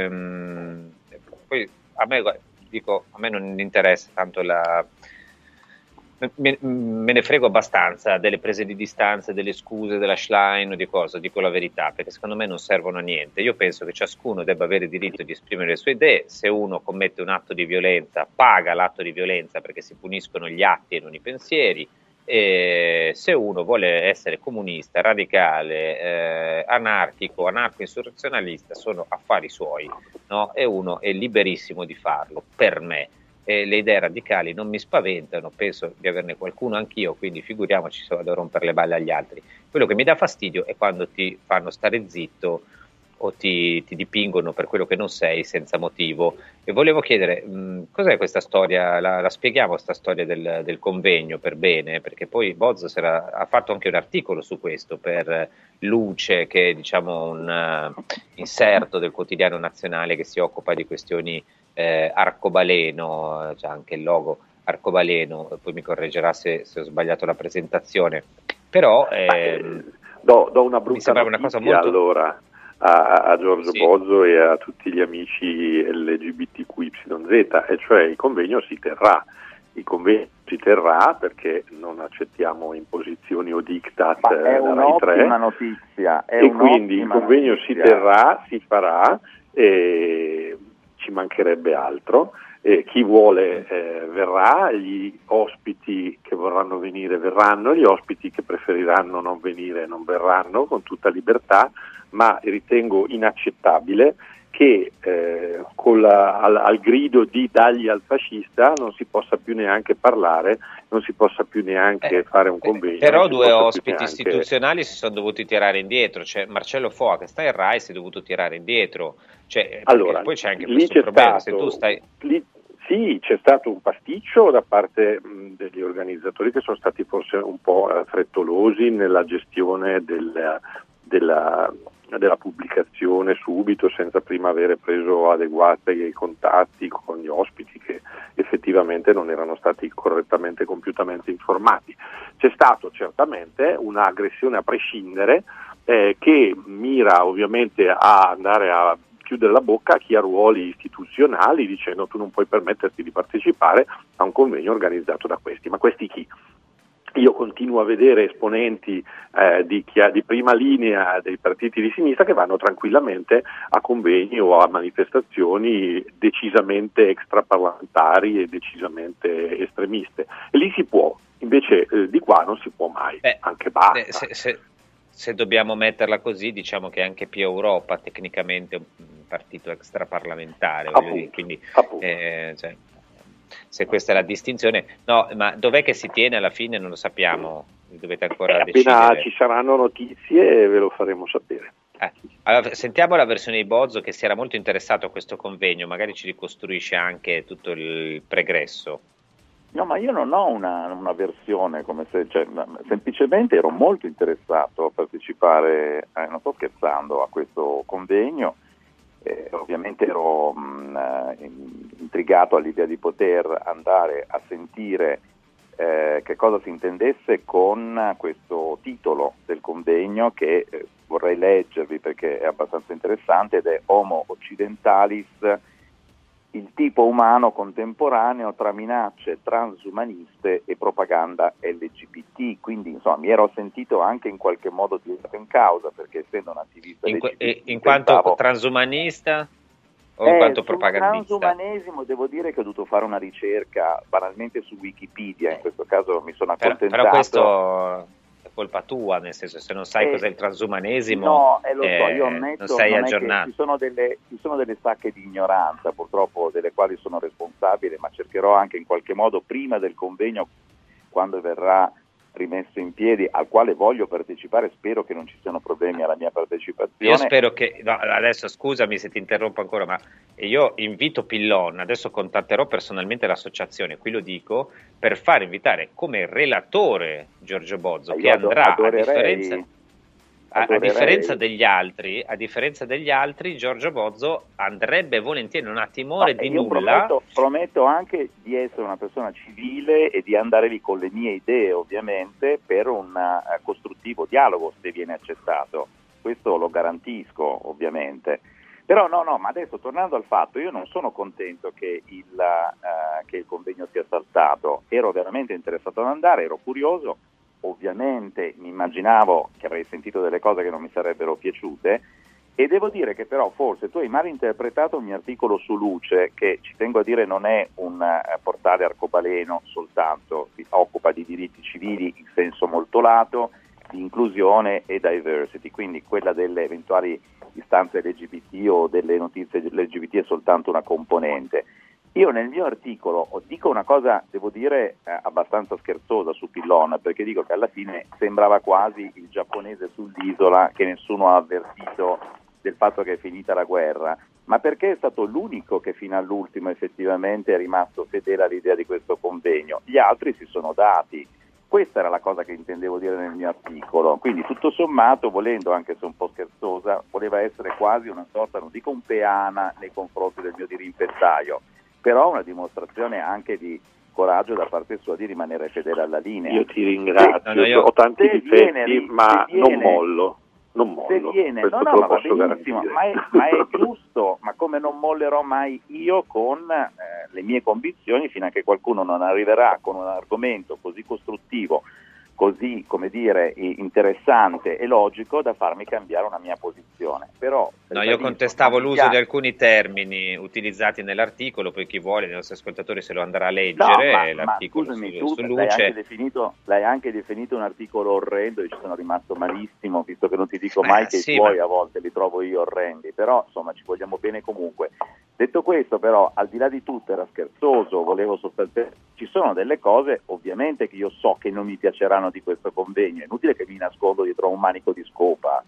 poi a me non interessa tanto me ne frego abbastanza delle prese di distanza, delle scuse, della Schlein o di cosa, dico la verità, perché secondo me non servono a niente. Io penso che ciascuno debba avere il diritto di esprimere le sue idee. Se uno commette un atto di violenza, paga l'atto di violenza perché si puniscono gli atti e non i pensieri. E se uno vuole essere comunista, radicale, anarchico, anarco-insurrezionalista, sono affari suoi, no? E uno è liberissimo di farlo, per me. Le idee radicali non mi spaventano, penso di averne qualcuno anch'io, quindi figuriamoci se vado a rompere le balle agli altri. Quello che mi dà fastidio è quando ti fanno stare zitto o ti dipingono per quello che non sei senza motivo. E volevo chiedere, cos'è questa storia, la spieghiamo questa storia del convegno per bene, perché poi Bozzo ha fatto anche un articolo su questo per Luce, che è diciamo un inserto del quotidiano nazionale che si occupa di questioni arcobaleno, c'è anche il logo arcobaleno, poi mi correggerà se ho sbagliato la presentazione, però do una brutta notizia, una cosa molto... allora a Giorgio Bozzo e a tutti gli amici LGBTQYZ, e cioè il convegno si terrà perché non accettiamo imposizioni o diktat da Rai 3, notizia, e quindi il convegno si terrà, si farà, e ci mancherebbe altro. Chi vuole verrà, gli ospiti che vorranno venire verranno, gli ospiti che preferiranno non venire non verranno, con tutta libertà, ma ritengo inaccettabile che al grido di dagli al fascista non si possa più neanche parlare, non si possa più neanche fare un convegno. Però due ospiti istituzionali si sono dovuti tirare indietro, cioè Marcello Foa che sta in Rai si è dovuto tirare indietro, cioè, allora, poi c'è anche questo problema, se tu stai... Sì, c'è stato un pasticcio da parte degli organizzatori che sono stati forse un po' frettolosi nella gestione della pubblicazione subito, senza prima avere preso adeguati contatti con gli ospiti che effettivamente non erano stati correttamente, compiutamente informati. C'è stato certamente un'aggressione a prescindere che mira ovviamente a andare a chiudere la bocca a chi ha ruoli istituzionali, dicendo tu non puoi permetterti di partecipare a un convegno organizzato da questi. Ma questi chi? Io continuo a vedere esponenti di prima linea dei partiti di sinistra che vanno tranquillamente a convegni o a manifestazioni decisamente extraparlamentari e decisamente estremiste. E lì si può, invece di qua non si può mai, anche basta. Se dobbiamo metterla così, diciamo che anche più Europa tecnicamente è un partito extraparlamentare, quindi cioè, se questa è la distinzione, no, ma dov'è che si tiene alla fine non lo sappiamo, dovete ancora decidere. Appena ci saranno notizie ve lo faremo sapere. Allora, sentiamo la versione di Bozzo, che si era molto interessato a questo convegno, magari ci ricostruisce anche tutto il pregresso. No, ma io non ho una versione, semplicemente ero molto interessato a partecipare, non sto scherzando, a questo convegno. Ovviamente ero intrigato all'idea di poter andare a sentire che cosa si intendesse con questo titolo del convegno, che vorrei leggervi perché è abbastanza interessante, ed è Homo Occidentalis, il tipo umano contemporaneo tra minacce transumaniste e propaganda LGBT. Quindi insomma mi ero sentito anche in qualche modo tirato in causa, perché essendo un attivista LGBT, in quanto transumanista o in quanto propagandista? Transumanesimo, devo dire che ho dovuto fare una ricerca banalmente su Wikipedia, in questo caso mi sono accontentato. Però questo è colpa tua, nel senso, se non sai cos'è il transumanesimo, no, lo so, io ammetto, non sei non aggiornato. Ci sono delle sacche di ignoranza, purtroppo, delle quali sono responsabile, ma cercherò anche in qualche modo, prima del convegno, quando verrà rimesso in piedi, al quale voglio partecipare, spero che non ci siano problemi alla mia partecipazione. Io spero che, no, adesso scusami se ti interrompo ancora, ma io invito Pillon, adesso contatterò personalmente l'associazione, qui lo dico, per far invitare come relatore Giorgio Bozzo, che andrà a differenza degli altri, Giorgio Bozzo andrebbe volentieri, non ha timore di nulla. Prometto anche di essere una persona civile e di andare lì con le mie idee, ovviamente, per un costruttivo dialogo, se viene accettato. Questo lo garantisco, ovviamente. Però ma adesso, tornando al fatto, io non sono contento che il convegno sia saltato. Ero veramente interessato ad andare, ero curioso. Ovviamente mi immaginavo che avrei sentito delle cose che non mi sarebbero piaciute, e devo dire che però forse tu hai mal interpretato il mio articolo su Luce, che ci tengo a dire non è un portale arcobaleno soltanto, si occupa di diritti civili in senso molto lato, di inclusione e diversity, quindi quella delle eventuali istanze LGBT o delle notizie LGBT è soltanto una componente. Io nel mio articolo dico una cosa, devo dire, abbastanza scherzosa su Pillon, perché dico che alla fine sembrava quasi il giapponese sull'isola che nessuno ha avvertito del fatto che è finita la guerra, ma perché è stato l'unico che fino all'ultimo effettivamente è rimasto fedele all'idea di questo convegno. Gli altri si sono dati. Questa era la cosa che intendevo dire nel mio articolo. Quindi tutto sommato, volendo, anche se un po' scherzosa, voleva essere quasi una sorta, non dico un peana nei confronti del mio dirimpettaio, però una dimostrazione anche di coraggio da parte sua di rimanere fedele alla linea. Io ti ringrazio, ho tanti difetti, ma non mollo. Se viene, no, ma va benissimo, ma è giusto, ma come non mollerò mai io con le mie convinzioni fino a che qualcuno non arriverà con un argomento così costruttivo, così, come dire, interessante e logico da farmi cambiare una mia posizione. Però io contestavo l'uso di alcuni termini utilizzati nell'articolo, poi chi vuole dei nostri ascoltatori se lo andrà a leggere, l'articolo su Luce. L'hai anche definito un articolo orrendo, io ci sono rimasto malissimo, visto che non ti dico mai che i tuoi a volte li trovo io orrendi, però insomma ci vogliamo bene comunque. Detto questo, però, al di là di tutto, era scherzoso, volevo sostanzialmente, ci sono delle cose ovviamente che io so che non mi piaceranno di questo convegno, è inutile che mi nascondo dietro un manico di scopa.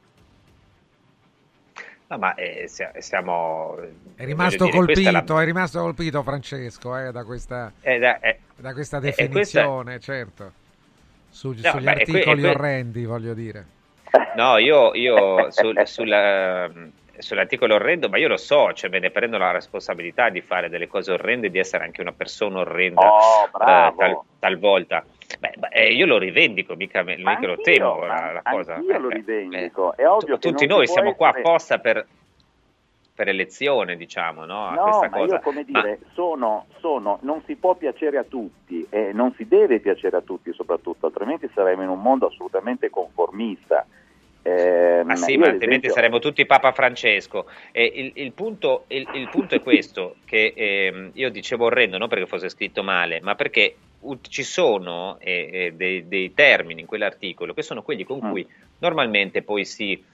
No, ma siamo... È rimasto colpito Francesco da questa definizione, certo, sugli articoli orrendi, voglio dire. No, io sull'articolo orrendo, ma io lo so, cioè me ne prendo la responsabilità di fare delle cose orrende e di essere anche una persona orrenda talvolta. Io lo rivendico, mica lo temo la cosa. Io lo rivendico. È ovvio che tutti noi siamo qua apposta per elezione, diciamo, no? A questa cosa. Io, come dire, non si può piacere a tutti e non si deve piacere a tutti, soprattutto, altrimenti saremo in un mondo assolutamente conformista. Ma altrimenti saremo tutti Papa Francesco. Il punto è questo, che io dicevo orrendo non perché fosse scritto male, ma perché ci sono dei termini in quell'articolo che sono quelli con cui normalmente poi si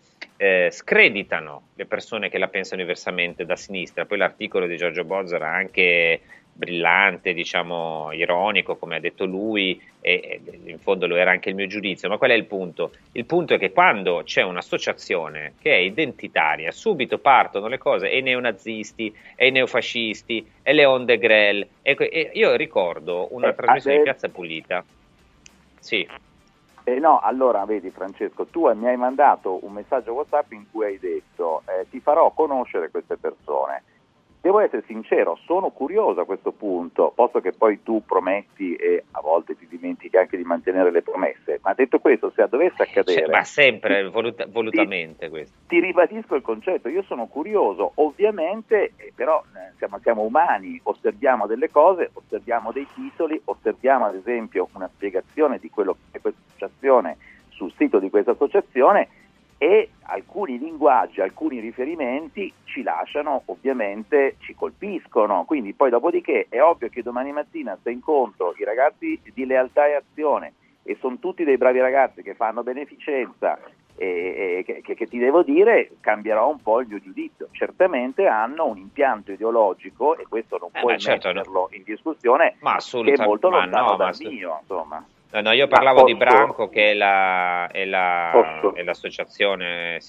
screditano le persone che la pensano diversamente da sinistra. Poi l'articolo di Giorgio Bozzo era anche brillante, diciamo ironico, come ha detto lui, e in fondo lo era anche il mio giudizio, ma qual è il punto? Il punto è che quando c'è un'associazione che è identitaria, subito partono le cose, e i neonazisti, e i neofascisti, e le onde grell, e io ricordo una trasmissione di Piazza Pulita. Sì. No, allora vedi Francesco, tu mi hai mandato un messaggio WhatsApp in cui hai detto ti farò conoscere queste persone. Devo essere sincero, sono curioso a questo punto, posto che poi tu prometti e a volte ti dimentichi anche di mantenere le promesse, ma detto questo, se dovesse accadere... ma sempre, volutamente questo. Ti ribadisco il concetto, io sono curioso, ovviamente, però siamo umani, osserviamo delle cose, osserviamo dei titoli, osserviamo ad esempio una spiegazione di quello che è questa associazione sul sito di questa associazione, e alcuni linguaggi, alcuni riferimenti ci lasciano, ovviamente ci colpiscono, quindi poi dopodiché è ovvio che domani mattina se incontro i ragazzi di Lealtà e Azione e sono tutti dei bravi ragazzi che fanno beneficenza e che ti devo dire, cambierò un po' il mio giudizio. Certamente hanno un impianto ideologico, e questo non puoi metterlo in discussione, che è molto lontano dal mio, insomma. No, io parlavo di Branco, che è l'associazione,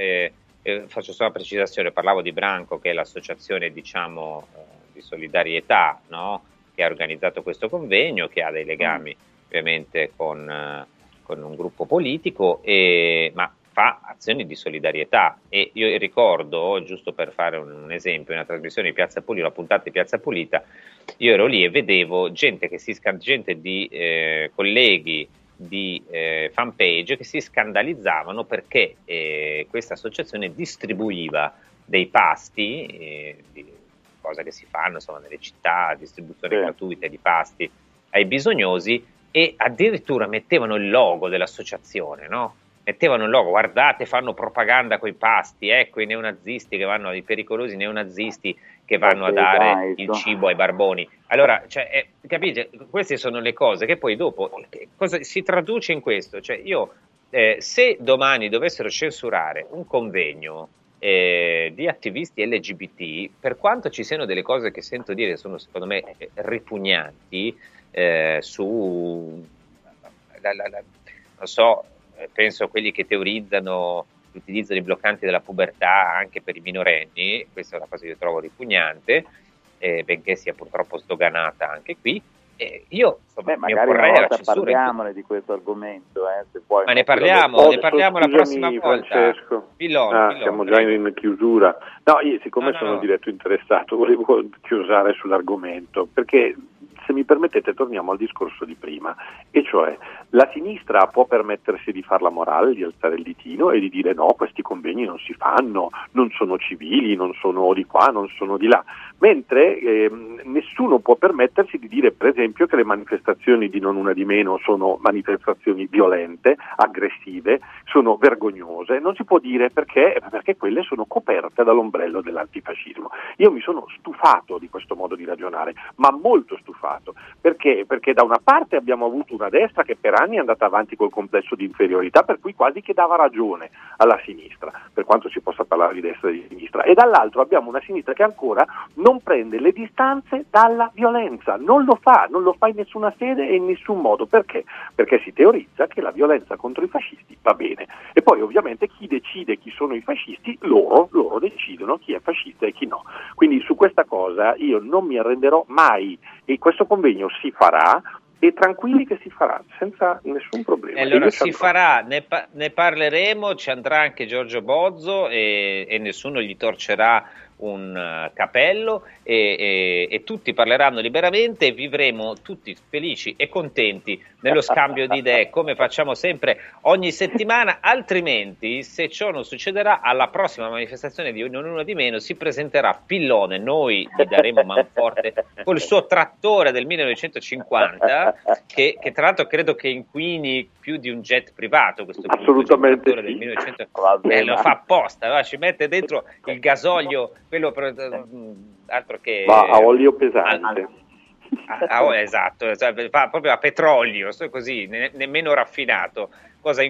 faccio solo una precisazione, parlavo di Branco, che è l'associazione, diciamo, di solidarietà, no? Che ha organizzato questo convegno, che ha dei legami ovviamente con un gruppo politico, ma fa azioni di solidarietà. E io ricordo, giusto per fare un esempio, una trasmissione di Piazza Pulita, una puntata di Piazza Pulita, io ero lì e vedevo gente di colleghi di fanpage che si scandalizzavano perché questa associazione distribuiva dei pasti, cosa che si fanno insomma nelle città, distribuzione gratuita di pasti ai bisognosi, e addirittura mettevano il logo dell'associazione, no? Mettevano il logo, guardate, fanno propaganda coi pasti, ecco i neonazisti che vanno, i pericolosi neonazisti che vanno a dare il cibo ai barboni. Allora, capite, queste sono le cose che poi dopo cosa si traduce in questo? Cioè io, se domani dovessero censurare un convegno di attivisti LGBT, per quanto ci siano delle cose che sento dire sono secondo me ripugnanti, non so, penso a quelli che teorizzano l'utilizzo dei bloccanti della pubertà anche per i minorenni, questa è una cosa che io trovo ripugnante, benché sia purtroppo sdoganata anche qui. Io insomma, magari una volta parliamone di questo argomento, se vuoi. Ma ne parliamo la prossima volta. Francesco. Pillon, siamo già in chiusura. No, io siccome sono diretto interessato, volevo chiusare sull'argomento, perché se mi permettete torniamo al discorso di prima, e cioè la sinistra può permettersi di far la morale, di alzare il ditino e di dire no, questi convegni non si fanno, non sono civili, non sono di qua, non sono di là, mentre nessuno può permettersi di dire per esempio che le manifestazioni di Non Una di Meno sono manifestazioni violente, aggressive, sono vergognose, non si può dire perché quelle sono coperte dall'ombrello dell'antifascismo. Io mi sono stufato di questo modo di ragionare, ma molto stufato. Perché da una parte abbiamo avuto una destra che per anni è andata avanti col complesso di inferiorità, per cui quasi che dava ragione alla sinistra, per quanto si possa parlare di destra e di sinistra, e dall'altro abbiamo una sinistra che ancora non prende le distanze dalla violenza, non lo fa in nessuna sede e in nessun modo. Perché? Perché si teorizza che la violenza contro i fascisti va bene, e poi ovviamente chi decide chi sono i fascisti, loro decidono chi è fascista e chi no. Quindi su questa cosa io non mi arrenderò mai, e questo convegno si farà, e tranquilli che si farà senza nessun problema. E allora si farà, ne parleremo, ci andrà anche Giorgio Bozzo e nessuno gli torcerà un capello, e tutti parleranno liberamente e vivremo tutti felici e contenti nello scambio di idee, come facciamo sempre ogni settimana. Altrimenti, se ciò non succederà, alla prossima manifestazione di Non Una di Meno si presenterà Pillone, noi gli daremo manforte col suo trattore del 1950 che tra l'altro credo che inquini più di un jet privato, questo assolutamente trattore del 1950, lo fa apposta, ci mette dentro il gasolio, quello altro che a olio pesante. Esatto, fa proprio a petrolio, così, nemmeno raffinato, cosa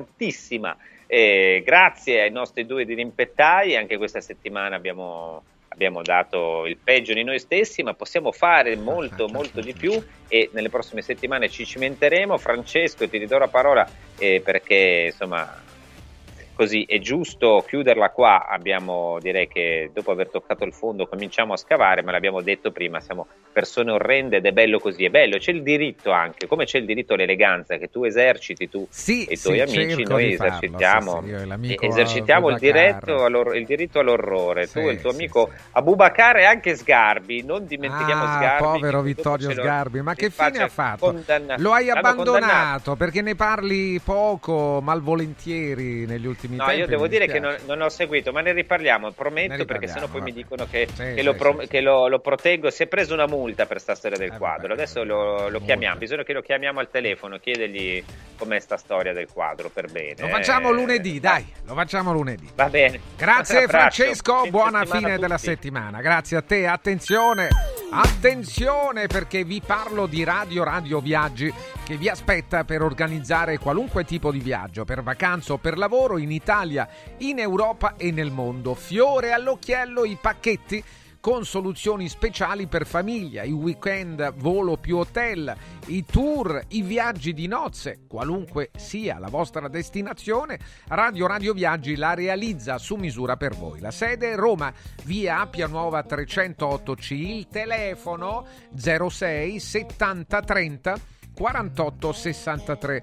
inquinantissima. Grazie ai nostri due dirimpettai, anche questa settimana abbiamo abbiamo dato il peggio di noi stessi, ma possiamo fare molto di più, e nelle prossime settimane ci cimenteremo. Francesco, ti ridò la parola perché insomma così è giusto chiuderla qua. Direi che dopo aver toccato il fondo cominciamo a scavare, ma l'abbiamo detto prima, siamo persone orrende ed è bello così, è bello, c'è il diritto anche, come c'è il diritto all'eleganza che tu eserciti, tu e i tuoi amici, noi esercitiamo, esercitiamo il diritto all'orrore, tu e il tuo amico Abubakar e anche Sgarbi, non dimentichiamo Sgarbi. Povero Vittorio Sgarbi, ma che fine ha fatto? Lo hai abbandonato perché ne parli poco, malvolentieri negli ultimi tempi. Io devo dire che non ho seguito, ma ne riparliamo, prometto, perché sennò poi mi dicono che lo proteggo. Si è preso una multa per sta storia del quadro, adesso lo chiamiamo, bisogna che lo chiamiamo al telefono, chiedergli com'è sta storia del quadro, per bene. Lo facciamo lunedì, lo facciamo lunedì. Va bene. Grazie Francesco, buona fine della settimana. Grazie a te, attenzione, perché vi parlo di Radio Viaggi, che vi aspetta per organizzare qualunque tipo di viaggio, per vacanza o per lavoro, in Italia, in Europa e nel mondo. Fiore all'occhiello i pacchetti con soluzioni speciali per famiglia, i weekend volo più hotel, i tour, i viaggi di nozze, qualunque sia la vostra destinazione, Radio Viaggi la realizza su misura per voi. La sede è Roma, via Appia Nuova 308C, il telefono 06 70 30 48 63,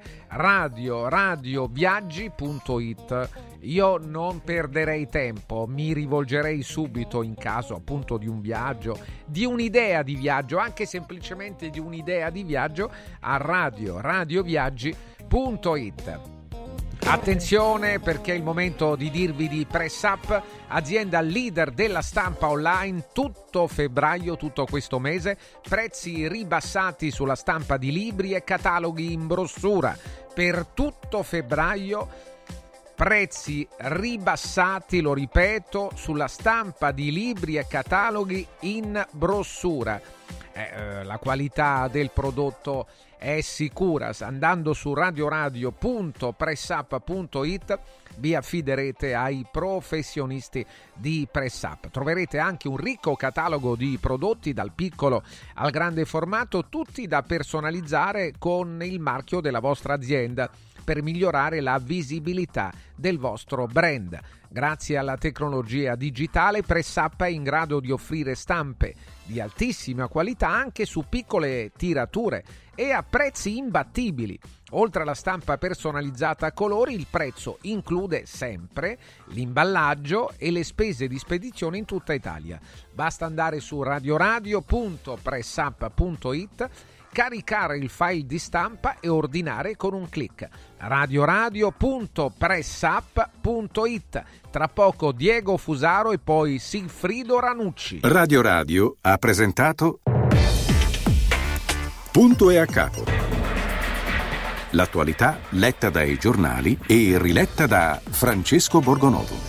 radioviaggi.it. Io non perderei tempo, mi rivolgerei subito, in caso appunto di un viaggio, di un'idea di viaggio, anche semplicemente di un'idea di viaggio, a radioviaggi.it. Attenzione, perché è il momento di dirvi di Press Up, azienda leader della stampa online. Tutto febbraio, tutto questo mese, prezzi ribassati sulla stampa di libri e cataloghi in brossura. Per tutto febbraio prezzi ribassati, lo ripeto, sulla stampa di libri e cataloghi in brossura. La qualità del prodotto è sicura. Andando su radioradio.pressup.it vi affiderete ai professionisti di Press Up. Troverete anche un ricco catalogo di prodotti dal piccolo al grande formato, tutti da personalizzare con il marchio della vostra azienda per migliorare la visibilità del vostro brand. Grazie alla tecnologia digitale, Press Up è in grado di offrire stampe di altissima qualità anche su piccole tirature e a prezzi imbattibili. Oltre alla stampa personalizzata a colori, il prezzo include sempre l'imballaggio e le spese di spedizione in tutta Italia. Basta andare su radioradio.pressup.it, caricare il file di stampa e ordinare con un click. radioradio.pressup.it. Tra poco Diego Fusaro e poi Sigfrido Ranucci. Radio Radio ha presentato Punto e a capo. L'attualità letta dai giornali e riletta da Francesco Borgonovo.